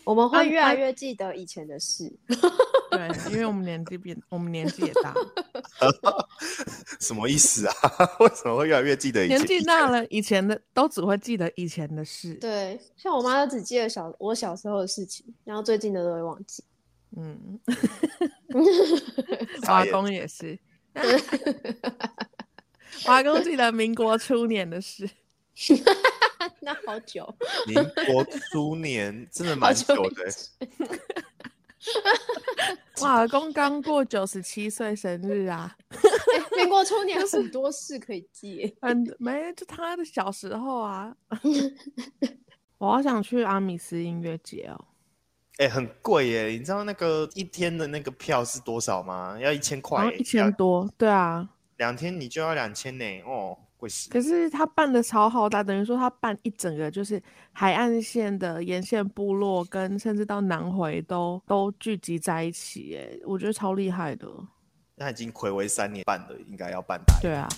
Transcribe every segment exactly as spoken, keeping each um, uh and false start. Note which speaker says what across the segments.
Speaker 1: 我们会越来越记得以前的事。
Speaker 2: 对，因为我们年纪变，我们年纪也大了。
Speaker 3: 什么意思啊？为什么会越来越记得以前？
Speaker 2: 年纪大了，以前的都只会记得以前的事。
Speaker 1: 对，像我妈都只记得小我小时候的事情，然后最近的都会忘记。
Speaker 2: 嗯，我阿公也是。我阿公记得民国初年的事。
Speaker 1: 那好久。
Speaker 3: 民国初年真的蛮久的、欸。
Speaker 2: 我阿公刚过九十七岁生日啊！
Speaker 1: 欸、民国初年很多事可以记，
Speaker 2: 很没就他的小时候啊。我好想去阿米斯音乐节哦。
Speaker 3: 哎、欸，很贵耶！你知道那个一天的那个票是多少吗？要一千块，
Speaker 2: 一千多，对啊，
Speaker 3: 两天你就要两千呢，哦，贵死。
Speaker 2: 可是他办的超浩大，等于说他办一整个就是海岸线的沿线部落，跟甚至到南回都都聚集在一起，哎，我觉得超厉害的。
Speaker 3: 那已经睽违三年办的，应该要办大一点。
Speaker 2: 对啊。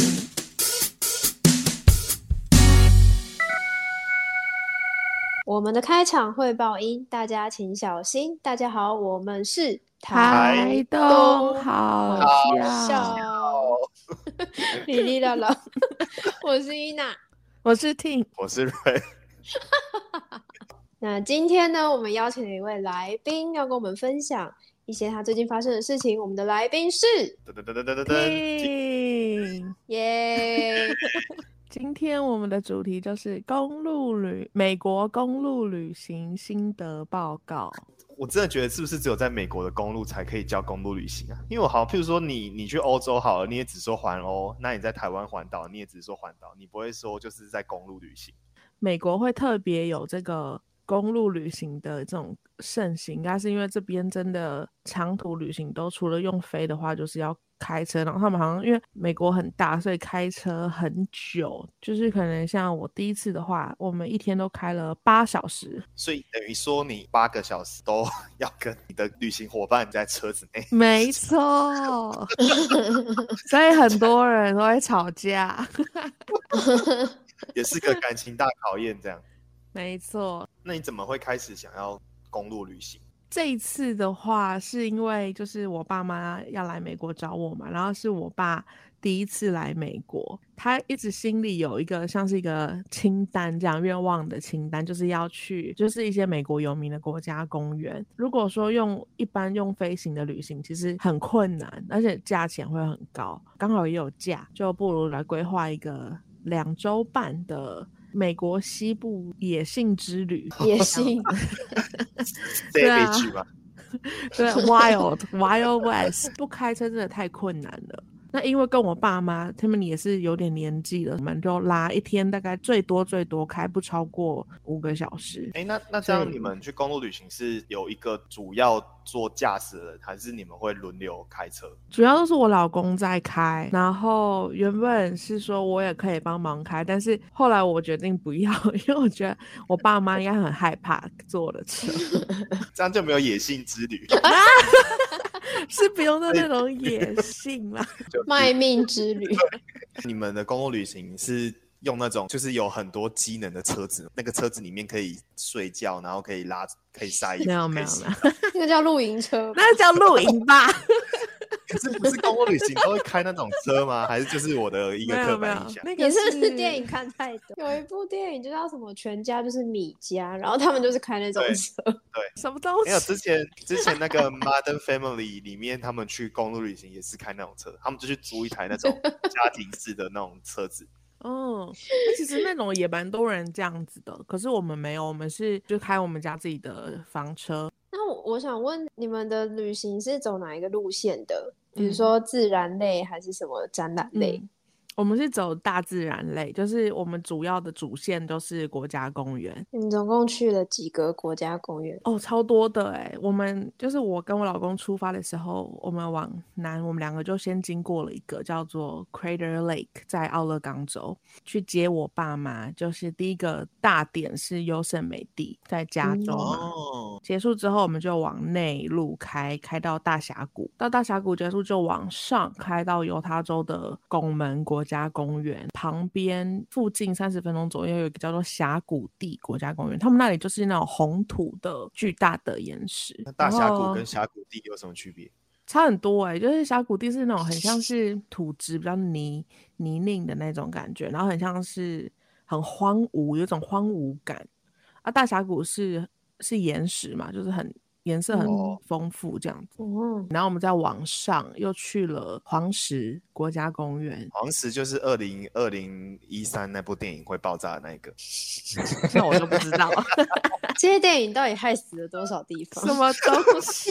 Speaker 1: 我们的开场汇报音，大家请小心。大家好，我们是
Speaker 2: 台东好笑，
Speaker 1: 哩哩啦啦。我是伊娜，
Speaker 2: 我是 Ting，
Speaker 3: 我是瑞。
Speaker 1: 那今天呢，我们邀请了一位来宾，要跟我们分享一些他最近发生的事情。我们的来宾是
Speaker 2: Ting，
Speaker 1: 耶。
Speaker 2: 今天我们的主题就是公路旅美国公路旅行心得报告。
Speaker 3: 我真的觉得是不是只有在美国的公路才可以叫公路旅行啊？因为我好像譬如说你你去欧洲好了，你也只说环欧，那你在台湾环岛你也只说环岛，你不会说就是在公路旅行。
Speaker 2: 美国会特别有这个公路旅行的这种盛行，应该是因为这边真的长途旅行都除了用飞的话就是要开车，然后他们好像因为美国很大，所以开车很久，就是可能像我第一次的话，我们一天都开了八小时，
Speaker 3: 所以等于说你八个小时都要跟你的旅行伙伴在车子内。
Speaker 2: 没错。所以很多人都会吵架。
Speaker 3: 也是个感情大考验这样。
Speaker 2: 没错。
Speaker 3: 那你怎么会开始想要公路旅行？
Speaker 2: 这一次的话是因为就是我爸妈要来美国找我嘛，然后是我爸第一次来美国，他一直心里有一个像是一个清单这样愿望的清单，就是要去就是一些美国有名的国家公园。如果说用一般用飞行的旅行其实很困难，而且价钱会很高，刚好也有假，就不如来规划一个两周半的美国西部野性之旅。
Speaker 1: 野性
Speaker 2: 对啊，对 ，Wild Wild West， 不开车真的太困难了。那因为跟我爸妈他们也是有点年纪了，我们就拉一天大概最多最多开不超过五个小时。
Speaker 3: 哎，那那这样你们去公路旅行是有一个主要做驾驶的人，还是你们会轮流开车？
Speaker 2: 主要都是我老公在开，然后原本是说我也可以帮忙开，但是后来我决定不要，因为我觉得我爸妈应该很害怕坐我的车。
Speaker 3: 这样就没有野性之旅。
Speaker 2: 是不用的那种野性啦。
Speaker 1: 卖命之旅。
Speaker 3: 你们的公路旅行是用那种就是有很多机能的车子，那个车子里面可以睡觉，然后可以拉可以晒衣服？
Speaker 2: 没有没有没有，
Speaker 1: 那个叫露营车，
Speaker 2: 那个叫露营吧。
Speaker 3: 可是不是公路旅行都会开那种车吗？还是就是我的一个刻板印象？
Speaker 1: 你是不是电影看太多？有一部电影就叫什么全家就是米家，然后他们就是开那种车。
Speaker 3: 对，
Speaker 2: 什么东西？
Speaker 3: 没有，之前之前那个 Modern Family 里面，他们去公路旅行也是开那种车，他们就去租一台那种家庭式的那种车子。
Speaker 2: 嗯，那其实那种也蛮多人这样子的，可是我们没有，我们是就开我们家自己的房车。
Speaker 1: 那 我, 我想问，你们的旅行是走哪一个路线的？比如说自然类还是什么展览类？
Speaker 2: 嗯，我们是走大自然类，就是我们主要的主线都是国家公园。
Speaker 1: 你们总共去了几个国家公园？
Speaker 2: 哦，超多的哎！我们就是我跟我老公出发的时候，我们往南，我们两个就先经过了一个叫做 Crater Lake， 在奥勒冈州去接我爸妈。就是第一个大点是优胜美地，在加州嘛。
Speaker 3: 哦，
Speaker 2: 结束之后我们就往内陆开，开到大峡谷，到大峡谷结束就往上开到犹他州的拱门国家公园，旁边附近三十分钟左右有一个叫做峡谷地国家公园，他们那里就是那种红土的巨大的岩石。
Speaker 3: 那大峡谷跟峡谷地有什么区别？
Speaker 2: 差很多哎、欸，就是峡谷地是那种很像是土质比较泥泥泞的那种感觉，然后很像是很荒芜，有种荒芜感。啊，大峡谷是是岩石嘛，就是很颜色很丰富这样子。
Speaker 1: 嗯，
Speaker 2: 然后我们再往上又去了黄石国家公园。
Speaker 3: 黄石就是二零二零一三那部电影会爆炸的那一个。
Speaker 2: 那我就不知道
Speaker 1: 这些电影到底害死了多少地方？
Speaker 2: 什么东西？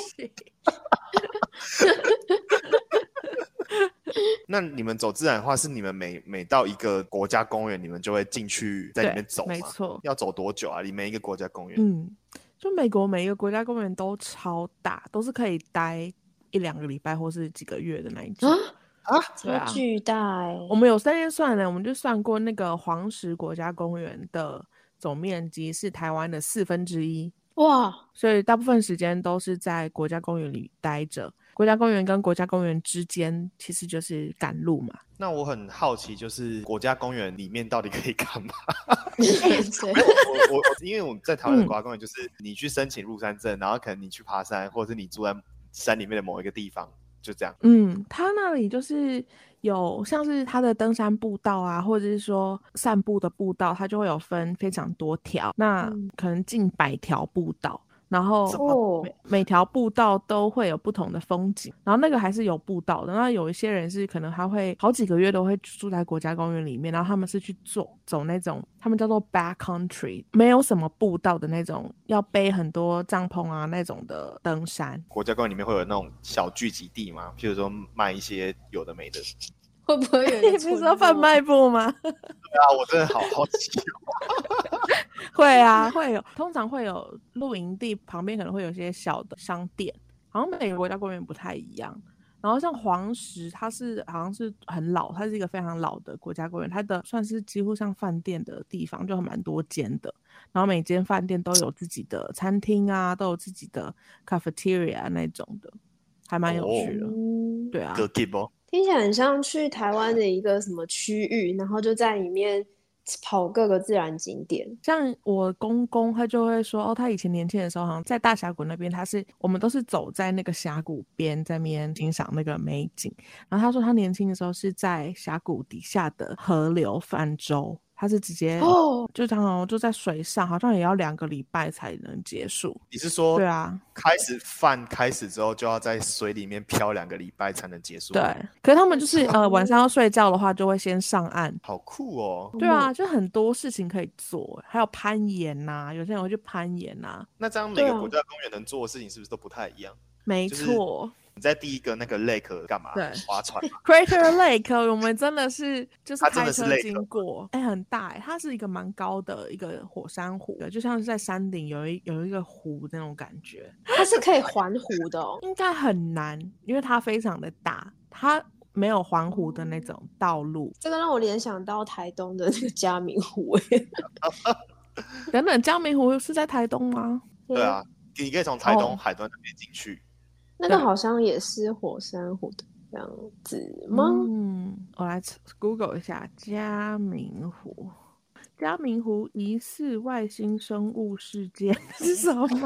Speaker 3: 那你们走自然的话，是你们每每到一个国家公园，你们就会进去在里面走吗？
Speaker 2: 没错。
Speaker 3: 要走多久啊？你每一个国家公园？
Speaker 2: 嗯，就美国每一个国家公园都超大，都是可以待一两个礼拜或是几个月的那一种。
Speaker 1: 啊，
Speaker 2: 对啊，
Speaker 1: 超巨大哎、欸！
Speaker 2: 我们有三天算了，我们就算过那个黄石国家公园的总面积是台湾的四分之一。
Speaker 1: 哇！
Speaker 2: 所以大部分时间都是在国家公园里待着。国家公园跟国家公园之间其实就是赶路嘛。
Speaker 3: 那我很好奇，就是国家公园里面到底可以干嘛？我我我因为我在台湾的国家公园，就是你去申请入山证，然后可能你去爬山，或者是你住在山里面的某一个地方，就这样。
Speaker 2: 嗯，它那里就是有像是它的登山步道啊，或者是说散步的步道，它就会有分非常多条，那可能近百条步道。然后每每条步道都会有不同的风景，然后那个还是有步道的。那有一些人是可能他会好几个月都会住在国家公园里面，然后他们是去走走那种他们叫做 back country， 没有什么步道的那种，要背很多帐篷啊那种的登山。
Speaker 3: 国家公园里面会有那种小聚集地吗？譬如说卖一些有的没的。
Speaker 1: 会不会有一个村落？
Speaker 2: 你说贩卖部吗？
Speaker 3: 对啊，我真的好好奇哦。
Speaker 2: 会啊，会有，通常会有露营地旁边可能会有一些小的商店，好像每个国家公园不太一样。然后像黄石，它是好像是很老，它是一个非常老的国家公园，它的算是几乎像饭店的地方，就蛮多间的。然后每间饭店都有自己的餐厅啊，都有自己的 cafeteria 那种的，还蛮有趣的。哦、对啊。
Speaker 1: 听起来很像去台湾的一个什么区域，然后就在里面跑各个自然景点。
Speaker 2: 像我公公他就会说，哦，他以前年轻的时候好像在大峡谷那边，他是我们都是走在那个峡谷边，在那边欣赏那个美景。然后他说他年轻的时候是在峡谷底下的河流泛舟，他是直接哦，就常常就在水上，好像也要两个礼拜才能结束。
Speaker 3: 你是说
Speaker 2: 对啊，
Speaker 3: 开始泛开始之后就要在水里面漂两个礼拜才能结束？
Speaker 2: 对，可是他们就是呃晚上要睡觉的话，就会先上岸。
Speaker 3: 好酷哦！
Speaker 2: 对啊，就很多事情可以做，还有攀岩呐、啊，有些人会去攀岩呐、啊。
Speaker 3: 那这样每个国家公园能做的事情是不是都不太一样？
Speaker 2: 没错。就是
Speaker 3: 你在第一个那个 lake 干嘛？
Speaker 2: 对，
Speaker 3: 划船。
Speaker 2: Crater Lake 我们真的是就是开车经过，哎、欸，很大哎、欸，它是一个蛮高的一个火山湖，就像是在山顶有一有一个湖那种感觉。
Speaker 1: 它是可以环湖的哦？
Speaker 2: 应该很难，因为它非常的大，它没有环湖的那种道路。
Speaker 1: 这个让我联想到台东的那个嘉明湖哎、
Speaker 2: 欸。等等，嘉明湖是在台东吗？
Speaker 3: 对啊，你可以从台东海端那边进去。哦，
Speaker 1: 那个好像也是火山湖的样子吗？
Speaker 2: 嗯，我来 Google 一下嘉明湖。嘉明湖疑似外星生物事件是什么？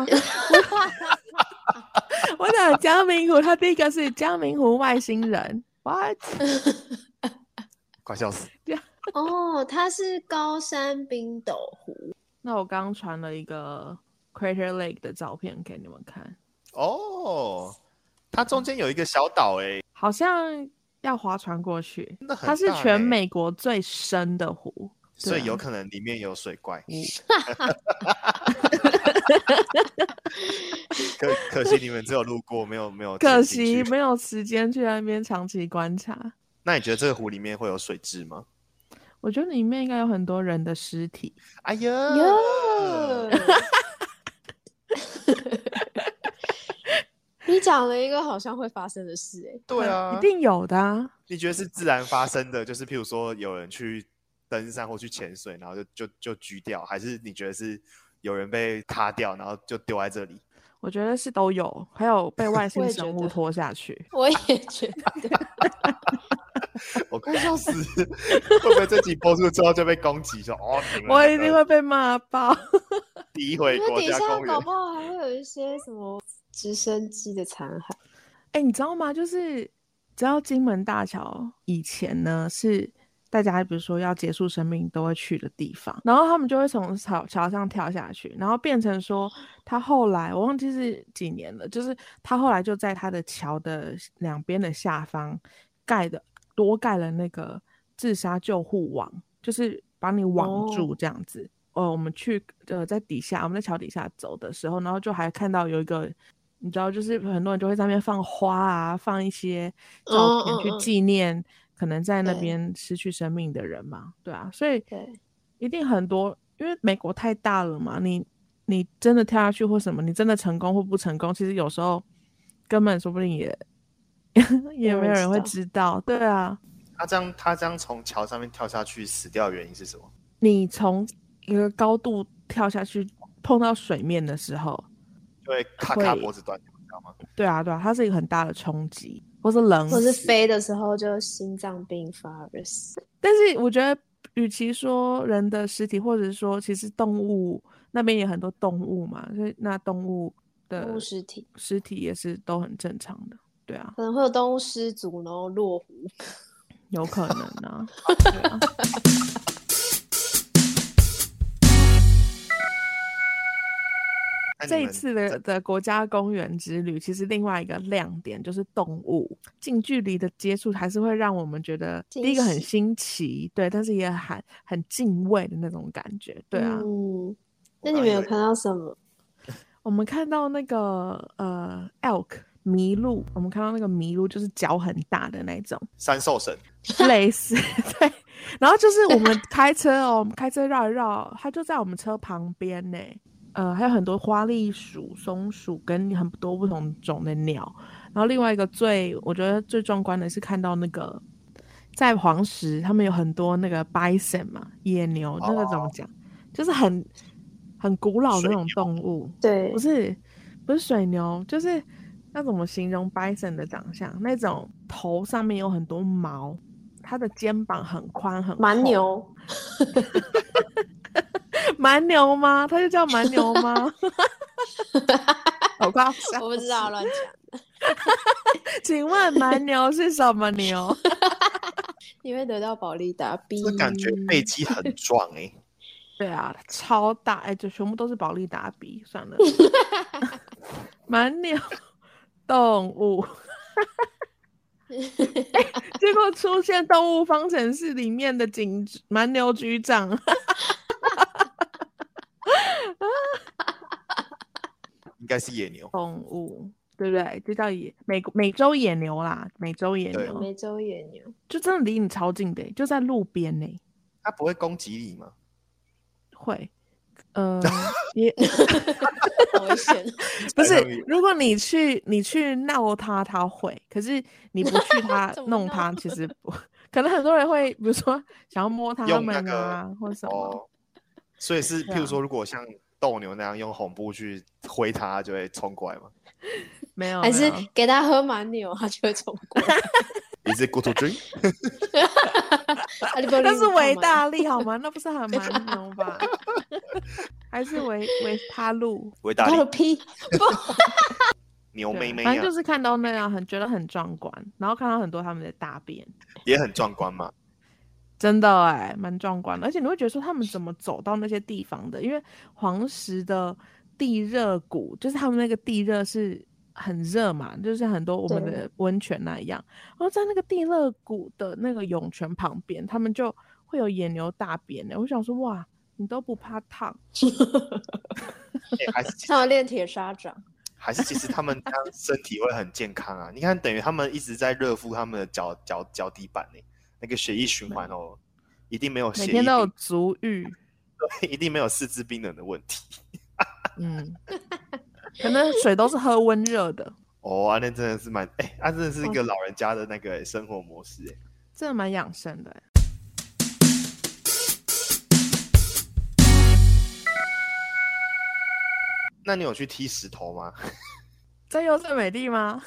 Speaker 2: 我讲嘉明湖，它第一个是嘉明湖外星人 ，what？
Speaker 3: 快笑死！
Speaker 1: 哦，它是高山冰斗湖。
Speaker 2: 那我刚传了一个 Crater Lake 的照片给你们看。
Speaker 3: 哦，它中间有一个小岛哎，
Speaker 2: 好像要划船过去。
Speaker 3: 欸、
Speaker 2: 它是全美国最深的湖，
Speaker 3: 所以有可能里面有水怪。
Speaker 2: 嗯、
Speaker 3: 可可惜你们只有路过，没有没有。
Speaker 2: 可惜没有时间去那边长期观察。
Speaker 3: 那你觉得这个湖里面会有水蛭吗？
Speaker 2: 我觉得里面应该有很多人的尸体。
Speaker 3: 哎呀！
Speaker 1: 你讲了一个好像会发生的事哎、欸。
Speaker 3: 对啊，
Speaker 2: 一定有的啊。
Speaker 3: 你觉得是自然发生的，就是譬如说有人去登山或去潜水，然后就就就狙掉，还是你觉得是有人被卡掉，然后就丢在这里？
Speaker 2: 我觉得是都有，还有被外
Speaker 1: 我
Speaker 2: 星
Speaker 1: 也觉得
Speaker 2: 生物拖下去。
Speaker 1: 我也觉得，
Speaker 3: 我快笑死！会不会这集播出之后就被攻击说哦，你们
Speaker 2: 我一定会被骂爆。
Speaker 3: 诋毁
Speaker 1: 因为
Speaker 3: 国
Speaker 1: 底下搞
Speaker 3: 家公园？
Speaker 1: 不好还会有一些什么直升机的残骸。
Speaker 2: 哎、欸，你知道吗？就是只要金门大桥以前呢是大家比如说要结束生命都会去的地方，然后他们就会从桥桥上跳下去，然后变成说他后来我忘记是几年了，就是他后来就在他的桥的两边的下方盖的多盖了那个自杀救护网，就是把你网住这样子。哦，呃，我们去呃在底下，我们在桥底下走的时候，然后就还看到有一个。你知道，就是很多人就会在那边放花啊，放一些照片去纪念可能在那边失去生命的人嘛，对啊，所以一定很多，因为美国太大了嘛，你你真的跳下去或什么，你真的成功或不成功，其实有时候根本说不定也也没有人会知道，对啊。
Speaker 3: 他这样他这样从桥上面跳下去死掉的原因是什么？
Speaker 2: 你从一个高度跳下去碰到水面的时候。
Speaker 3: 就会咔咔脖子断掉，你知道吗？
Speaker 2: 对啊，对啊，它是一个很大的冲击，或是冷死，
Speaker 1: 或是飞的时候就心脏病发而死。
Speaker 2: 但是我觉得，与其说人的尸体，或者是说，其实动物那边也很多动物嘛，所以那动物的
Speaker 1: 动物尸体，
Speaker 2: 尸体也是都很正常的，对啊，
Speaker 1: 可能会有动物失足，然后落湖，
Speaker 2: 有可能啊，对啊。这一次的的国家公园之旅，其实另外一个亮点就是动物近距离的接触，还是会让我们觉得第一个很新奇，对，但是也很很敬畏的那种感觉，对啊。
Speaker 1: 嗯，那你们有看到什么？
Speaker 2: 我们看到那个呃 elk 麋鹿，我们看到那个麋鹿就是脚很大的那种
Speaker 3: 三兽神，
Speaker 2: 类似对。然后就是我们开车哦，我们开车绕一绕，它就在我们车旁边呢。呃，还有很多花栗鼠、松鼠跟很多不同种的鸟。然后另外一个最我觉得最壮观的是看到那个在黄石，他们有很多那个 bison 嘛，野牛，哦，那个怎么讲？就是很很古老的那种动物。
Speaker 1: 对，
Speaker 2: 不是不是水牛，就是那怎么形容 bison 的长相？那种头上面有很多毛，它的肩膀很宽很厚。
Speaker 1: 蛮牛。
Speaker 2: 蛮牛吗？它就叫蛮牛吗？好夸张！
Speaker 1: 我不知道，乱讲的。
Speaker 2: 请问蛮牛是什么牛？
Speaker 1: 你会得到保利达 B。
Speaker 3: 这感觉背肌很壮哎，欸。
Speaker 2: 对啊，超大哎，就全部都是保利达 B， 算了。蛮牛动物。结果出现动物方程式里面的警蛮牛局长。
Speaker 3: 应该是野牛
Speaker 2: 动物，对不对？就叫野美美洲野牛啦，美洲野牛，
Speaker 1: 美洲野牛，
Speaker 2: 就真的离你超近的，就在路边呢。
Speaker 3: 它不会攻击你吗？
Speaker 2: 会，呃，也
Speaker 1: 好危险。
Speaker 2: 不是，如果你去你去闹它，它会；可是你不去它弄它，其实不。可能很多人会，比如说想要摸它们啊，那個、或什么、哦。
Speaker 3: 所以是，譬如说，如果像斗牛那样用红布去挥它，就会冲过来吗？
Speaker 2: 没有，
Speaker 1: 还是给它喝蛮牛，它就会冲过来。
Speaker 3: Is it good to drink？
Speaker 2: 那是维大利好吗？那不是很蛮牛吧？还是维维他路？
Speaker 3: 维大利
Speaker 1: 屁
Speaker 3: 牛妹妹、啊，
Speaker 2: 反正就是看到那样，很觉得很壮观，然后看到很多他们的大便，
Speaker 3: 也很壮观嘛。
Speaker 2: 真的哎，蛮壮观的，而且你会觉得说他们怎么走到那些地方的？因为黄石的地热谷，就是他们那个地热是很热嘛，就是很多我们的温泉那样。然后在那个地热谷的那个涌泉旁边，他们就会有野牛大便呢。我想说，哇，你都不怕烫？
Speaker 3: 欸、还是
Speaker 1: 他们练铁砂掌，
Speaker 3: 还是其实他们这样身体会很健康啊？你看，等于他们一直在热敷他们的脚脚脚底板呢。那个血液循环哦，一定没有血液，
Speaker 2: 每天都有足浴，
Speaker 3: 对，一定没有四肢冰冷的问题。
Speaker 2: 嗯，可能水都是喝温热的。
Speaker 3: 哦，啊，那真的是蛮哎，那、欸啊、真的是一个老人家的那个生活模式哎，
Speaker 2: 真的蛮养生的。
Speaker 3: 那你有去踢石头吗？
Speaker 2: 在优胜美地吗？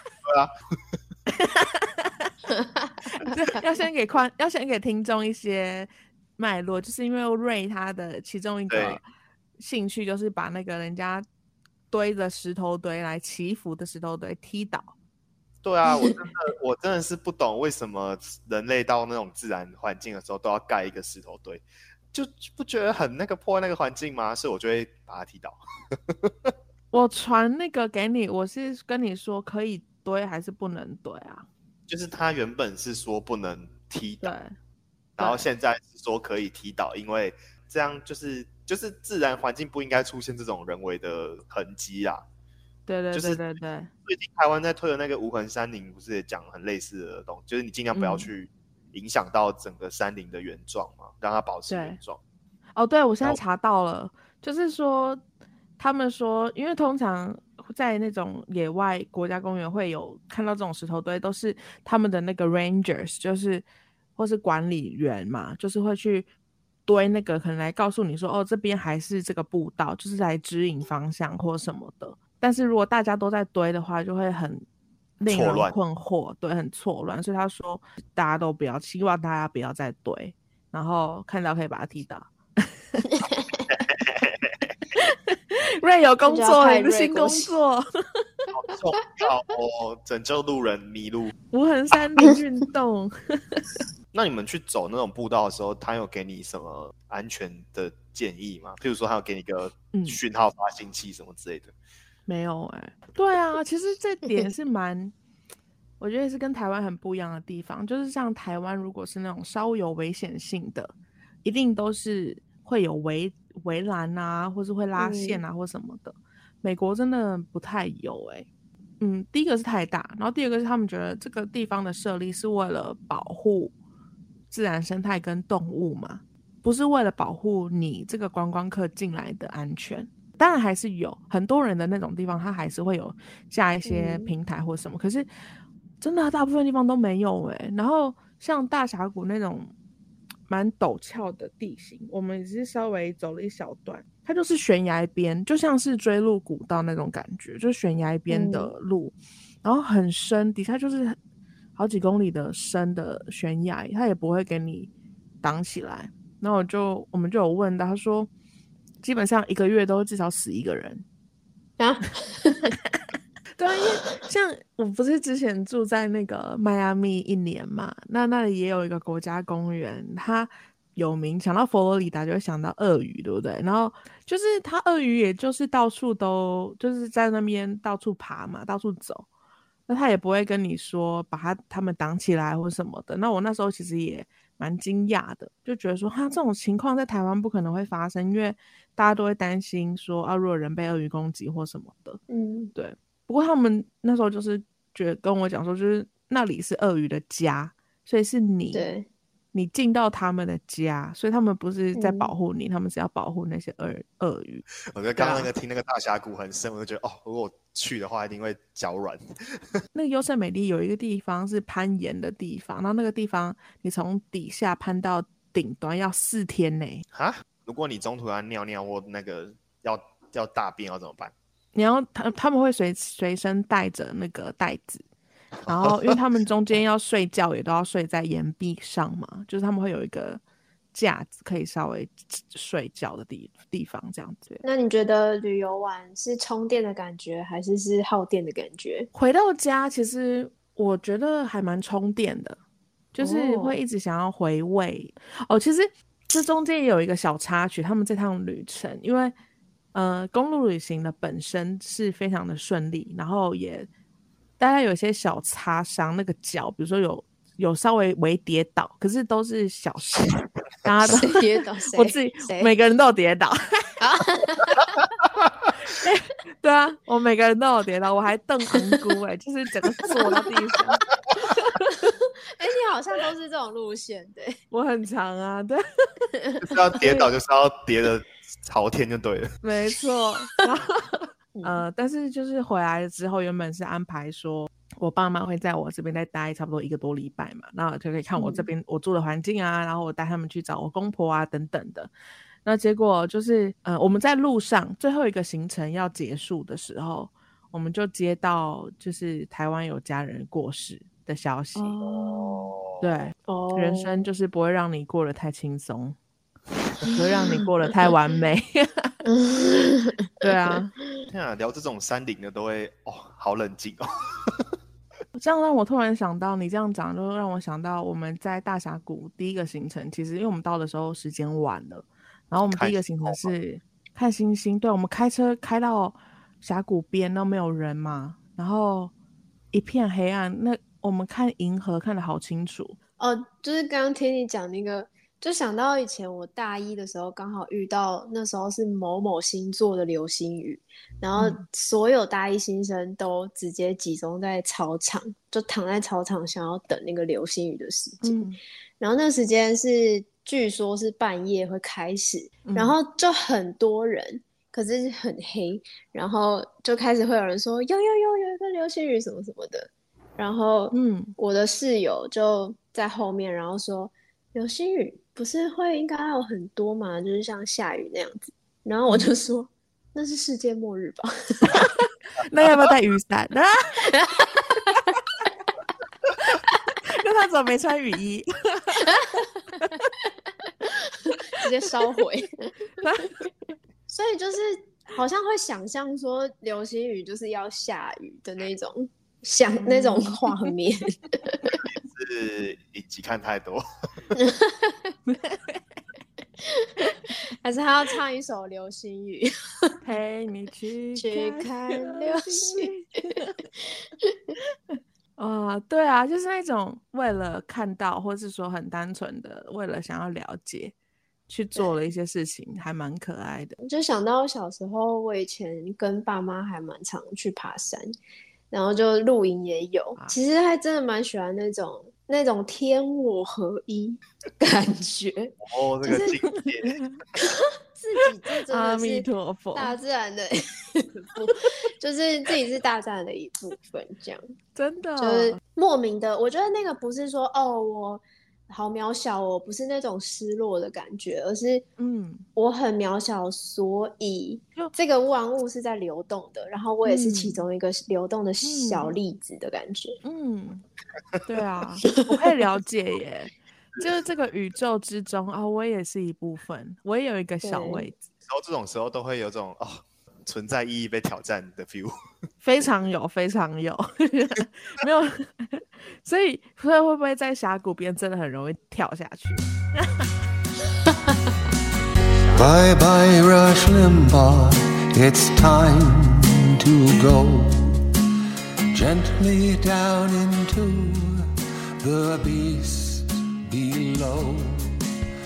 Speaker 3: 对
Speaker 2: 啊。要先给宽，要先给听众一些脉络，就是因为Ray他的其中一个兴趣就是把那个人家堆的石头堆来祈福的石头堆踢倒。
Speaker 3: 对啊，我真的我真的是不懂为什么人类到那种自然环境的时候都要盖一个石头堆，就不觉得很那个破坏那个环境吗？所以我就会把它踢倒。
Speaker 2: 我传那个给你，我是跟你说可以堆还是不能堆啊？
Speaker 3: 就是他原本是说不能踢倒，
Speaker 2: 对，
Speaker 3: 然后现在是说可以踢倒，因为这样就是就是自然环境不应该出现这种人为的痕迹啦。
Speaker 2: 对对
Speaker 3: 就是
Speaker 2: 对对对，
Speaker 3: 最近台湾在推的那个无痕山林，不是也讲很类似的东西，就是你尽量不要去影响到整个山林的原状嘛，让它保持原状。
Speaker 2: 哦，对，我现在查到了，就是说他们说，因为通常在那种野外国家公园会有看到这种石头堆，都是他们的那个 rangers， 就是或是管理员嘛，就是会去堆那个，可能来告诉你说，哦，这边还是这个步道，就是来指引方向或什么的。但是如果大家都在堆的话，就会很令人困惑，对，很错乱。所以他说，大家都不要，希望大家不要再堆，然后看到可以把它踢倒。Ray 有工作，一个新工作，
Speaker 3: 好重要哦！拯救路人迷路，
Speaker 2: 无痕山林运动。
Speaker 3: 那你们去走那种步道的时候，他有给你什么安全的建议吗？譬如说，他有给你一个讯号发信器什么之类的？
Speaker 2: 嗯、没有哎、欸。对啊，其实这点是蛮，我觉得是跟台湾很不一样的地方。就是像台湾，如果是那种稍有危险性的，一定都是会有围围栏啊，或是会拉线啊，或什么的。嗯、美国真的不太有哎、欸。嗯，第一个是太大，然后第二个是他们觉得这个地方的设立是为了保护自然生态跟动物嘛，不是为了保护你这个观光客进来的安全。当然还是有很多人的那种地方，它还是会有架一些平台或什么，嗯、可是真的大部分地方都没有哎、欸。然后像大峡谷那种蛮陡峭的地形，我们也是稍微走了一小段，它就是悬崖边，就像是追鹿古道那种感觉，就是悬崖边的路，嗯、然后很深，底下就是好几公里的深的悬崖，它也不会给你挡起来。然后我就我们就有问他说，基本上一个月都至少死一个人
Speaker 1: 啊。
Speaker 2: 对啊，因为像我不是之前住在那个迈阿密一年嘛，那那里也有一个国家公园，它有名，想到佛罗里达就会想到鳄鱼，对不对？然后就是它鳄鱼也就是到处都就是在那边到处爬嘛，到处走，那他也不会跟你说把它他们挡起来或什么的。那我那时候其实也蛮惊讶的，就觉得说哈，这种情况在台湾不可能会发生，因为大家都会担心说啊，如果人被鳄鱼攻击或什么的，嗯，对。不过他们那时候就是觉得跟我讲说，就是那里是鳄鱼的家，所以是你，
Speaker 1: 对，
Speaker 2: 你进到他们的家，所以他们不是在保护你，嗯、他们是要保护那些鳄鳄鱼。
Speaker 3: 我觉得刚刚那个听那个大峡谷很深，我就觉得哦，如果我去的话，一定会脚软。
Speaker 2: 那个优胜美地有一个地方是攀岩的地方，然后那个地方你从底下攀到顶端要四天呢。
Speaker 3: 哈，如果你中途要尿尿或那个要要大便要怎么办？
Speaker 2: 你要他他们会随随身带着那个袋子，然后因为他们中间要睡觉也都要睡在岩壁上嘛，就是他们会有一个架子可以稍微睡觉的地地方这样子。
Speaker 1: 那你觉得旅游完是充电的感觉，还是是耗电的感觉？
Speaker 2: 回到家其实我觉得还蛮充电的，就是会一直想要回味。哦，哦其实这中间也有一个小插曲，他们这趟旅程因为呃，公路旅行的本身是非常的顺利，然后也大概有些小擦伤，那个脚，比如说有有稍微微跌倒，可是都是小事，大家都
Speaker 1: 跌倒，
Speaker 2: 我自己每个人都有跌倒，对啊，我每个人都有跌倒，我还瞪昂姑哎，就是整个坐到地上。
Speaker 1: 哎、欸，你好像都是这种路线的。
Speaker 2: 我很长啊，对，
Speaker 3: 就是要跌倒，就是要跌的朝天就对了。
Speaker 2: 没错。然后呃，但是就是回来之后，原本是安排说我爸妈会在我这边再待差不多一个多礼拜嘛，然后就可以看我这边、嗯、我住的环境啊，然后我带他们去找我公婆啊等等的。 那结果就是呃我们在路上最后一个行程要结束的时候，我们就接到就是台湾有家人过世的消息。
Speaker 1: 哦，
Speaker 2: 对，
Speaker 1: 哦，
Speaker 2: 人生就是不会让你过得太轻松，不会让你过得太完美。对啊，
Speaker 3: 天啊，聊这种山林的都会哦，好冷静哦。
Speaker 2: 这样让我突然想到，你这样讲就让我想到我们在大峡谷第一个行程，其实因为我们到的时候时间晚了，然后我们第一个行程是看星星。对，我们开车开到峡谷边都没有人嘛，然后一片黑暗，那我们看银河看得好清楚。
Speaker 1: 哦，就是刚刚听你讲那个，就想到以前我大一的时候刚好遇到，那时候是某某星座的流星雨，然后所有大一新生都直接集中在操场，就躺在操场想要等那个流星雨的时间。嗯，然后那个时间是据说是半夜会开始，嗯，然后就很多人，可是很黑，然后就开始会有人说有有有有一个流星雨什么什么的，然后嗯，我的室友就在后面，然后说流星雨不是会应该有很多嘛，就是像下雨那样子，然后我就说、嗯、那是世界末日吧。
Speaker 2: 那要不要带雨伞啊？因为他怎么没穿雨衣？
Speaker 1: 直接烧毁。所以就是好像会想象说流星雨就是要下雨的那种想、嗯、那种画面。
Speaker 3: 是影集看太多。
Speaker 1: 还是他要唱一首流星雨。
Speaker 2: 陪你去
Speaker 1: 去看流星雨。
Speaker 2: 哦，对啊，就是那种为了看到或是说很单纯的为了想要了解去做了一些事情，还蛮可爱的。
Speaker 1: 就想到小时候我以前跟爸妈还蛮常去爬山，然后就露营也有、啊、其实还真的蛮喜欢那种那种天我合一感觉。
Speaker 3: 哦，这个境界。
Speaker 1: 自己就真的是大自然的一部就是自己是大自然的一部分，这样
Speaker 2: 真的
Speaker 1: 就是莫名的。我觉得那个不是说哦我好渺小，我不是那种失落的感觉，而是嗯我很渺小，所以这个万物是在流动的，然后我也是其中一个流动的小粒子的感觉。
Speaker 2: 嗯, 嗯对啊，我可以了解耶。就是这个宇宙之中啊、哦，我也是一部分，我也有一个小位置。
Speaker 3: 然后这种时候都会有种哦存在意义被挑战的 feel。
Speaker 2: 非常有，非常有。没有，所以所以会不会在峡谷边真的很容易跳下去？Bye bye Rush Limbaugh, it's time to go gently down into the beast below.